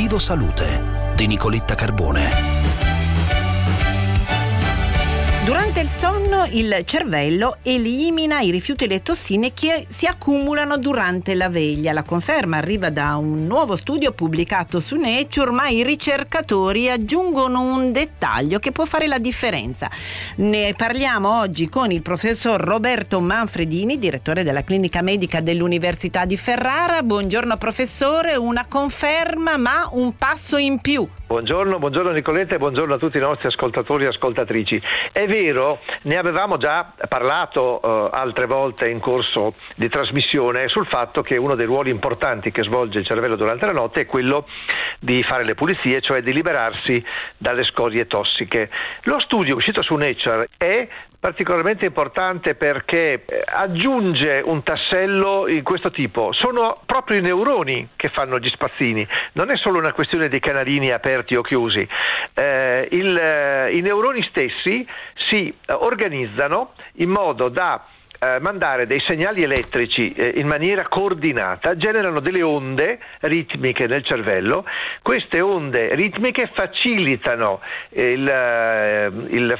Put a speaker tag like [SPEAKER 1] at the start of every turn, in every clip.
[SPEAKER 1] Vivo Salute di Nicoletta Carbone.
[SPEAKER 2] Durante il sonno il cervello elimina i rifiuti e le tossine che si accumulano durante la veglia. La conferma arriva da un nuovo studio pubblicato su Nature, ma i ricercatori aggiungono un dettaglio che può fare la differenza. Ne parliamo oggi con il professor Roberto Manfredini, direttore della clinica medica dell'Università di Ferrara. Buongiorno professore, una conferma ma un passo in più.
[SPEAKER 3] Buongiorno Nicoletta e buongiorno a tutti i nostri ascoltatori e ascoltatrici. È vero, ne avevamo già parlato altre volte in corso di trasmissione sul fatto che uno dei ruoli importanti che svolge il cervello durante la notte è quello di fare le pulizie, cioè di liberarsi dalle scorie tossiche. Lo studio uscito su Nature è particolarmente importante perché aggiunge un tassello in questo tipo. Sono proprio i neuroni che fanno gli spazzini, non è solo una questione dei canalini aperti o chiusi. I neuroni stessi si organizzano in modo da mandare dei segnali elettrici in maniera coordinata, generano delle onde ritmiche nel cervello. Queste onde ritmiche facilitano il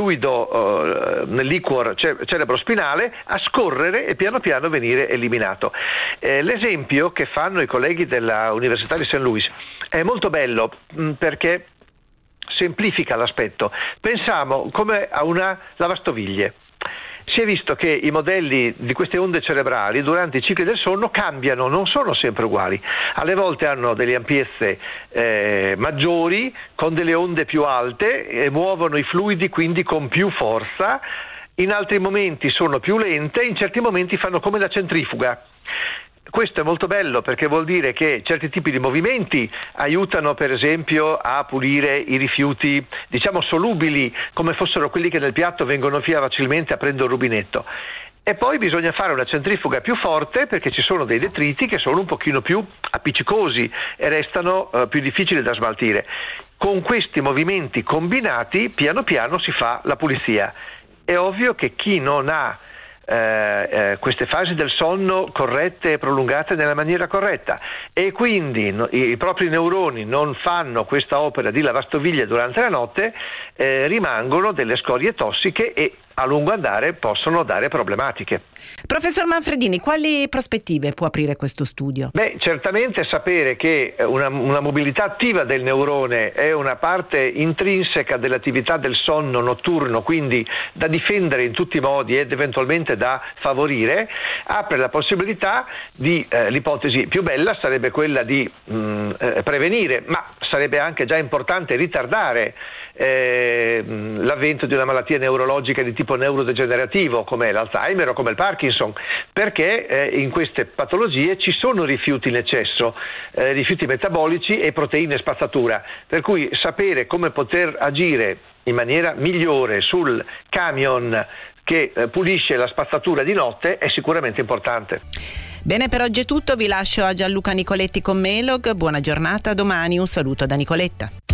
[SPEAKER 3] fluido nel liquor cerebrospinale a scorrere e piano piano venire eliminato. L'esempio che fanno i colleghi della Università di St. Louis è molto bello perché semplifica l'aspetto. Pensiamo come a una lavastoviglie. Si è visto che i modelli di queste onde cerebrali durante i cicli del sonno cambiano, non sono sempre uguali. Alle volte hanno delle ampiezze maggiori, con delle onde più alte, e muovono i fluidi quindi con più forza. In altri momenti sono più lente, in certi momenti fanno come la centrifuga. Questo è molto bello perché vuol dire che certi tipi di movimenti aiutano per esempio a pulire i rifiuti, diciamo solubili, come fossero quelli che nel piatto vengono via facilmente aprendo il rubinetto. E poi bisogna fare una centrifuga più forte perché ci sono dei detriti che sono un pochino più appiccicosi e restano più difficili da smaltire. Con questi movimenti combinati piano piano si fa la pulizia. È ovvio che chi non ha queste fasi del sonno corrette e prolungate nella maniera corretta e quindi i propri neuroni non fanno questa opera di lavastoviglie durante la notte, rimangono delle scorie tossiche e a lungo andare possono dare problematiche.
[SPEAKER 2] Professor Manfredini, quali prospettive può aprire questo studio?
[SPEAKER 3] Certamente sapere che una mobilità attiva del neurone è una parte intrinseca dell'attività del sonno notturno, quindi da difendere in tutti i modi ed eventualmente da favorire, apre la possibilità di l'ipotesi più bella sarebbe quella di prevenire, ma sarebbe anche già importante ritardare l'avvento di una malattia neurologica di tipo neurodegenerativo come l'Alzheimer o come il Parkinson, perché in queste patologie ci sono rifiuti in eccesso, rifiuti metabolici e proteine spazzatura, per cui sapere come poter agire in maniera migliore sul camion che pulisce la spazzatura di notte è sicuramente importante.
[SPEAKER 2] Bene, per oggi è tutto, vi lascio a Gianluca Nicoletti con Melog. Buona giornata, a domani, un saluto da Nicoletta.